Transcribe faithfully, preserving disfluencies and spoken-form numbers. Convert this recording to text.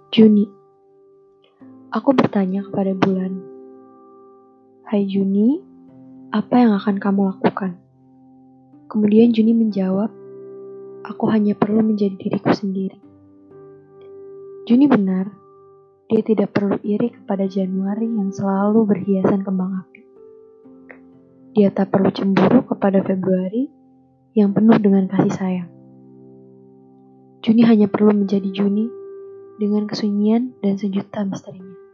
Juni. Aku bertanya kepada bulan, "Hai Juni, apa yang akan kamu lakukan?" Kemudian Juni menjawab, "Aku hanya perlu menjadi diriku sendiri." Juni benar, dia tidak perlu iri kepada Januari yang selalu berhiasan kembang api. Dia tak perlu cemburu kepada Februari yang penuh dengan kasih sayang. Juni hanya perlu menjadi Juni dengan kesunyian dan sejuta misterinya.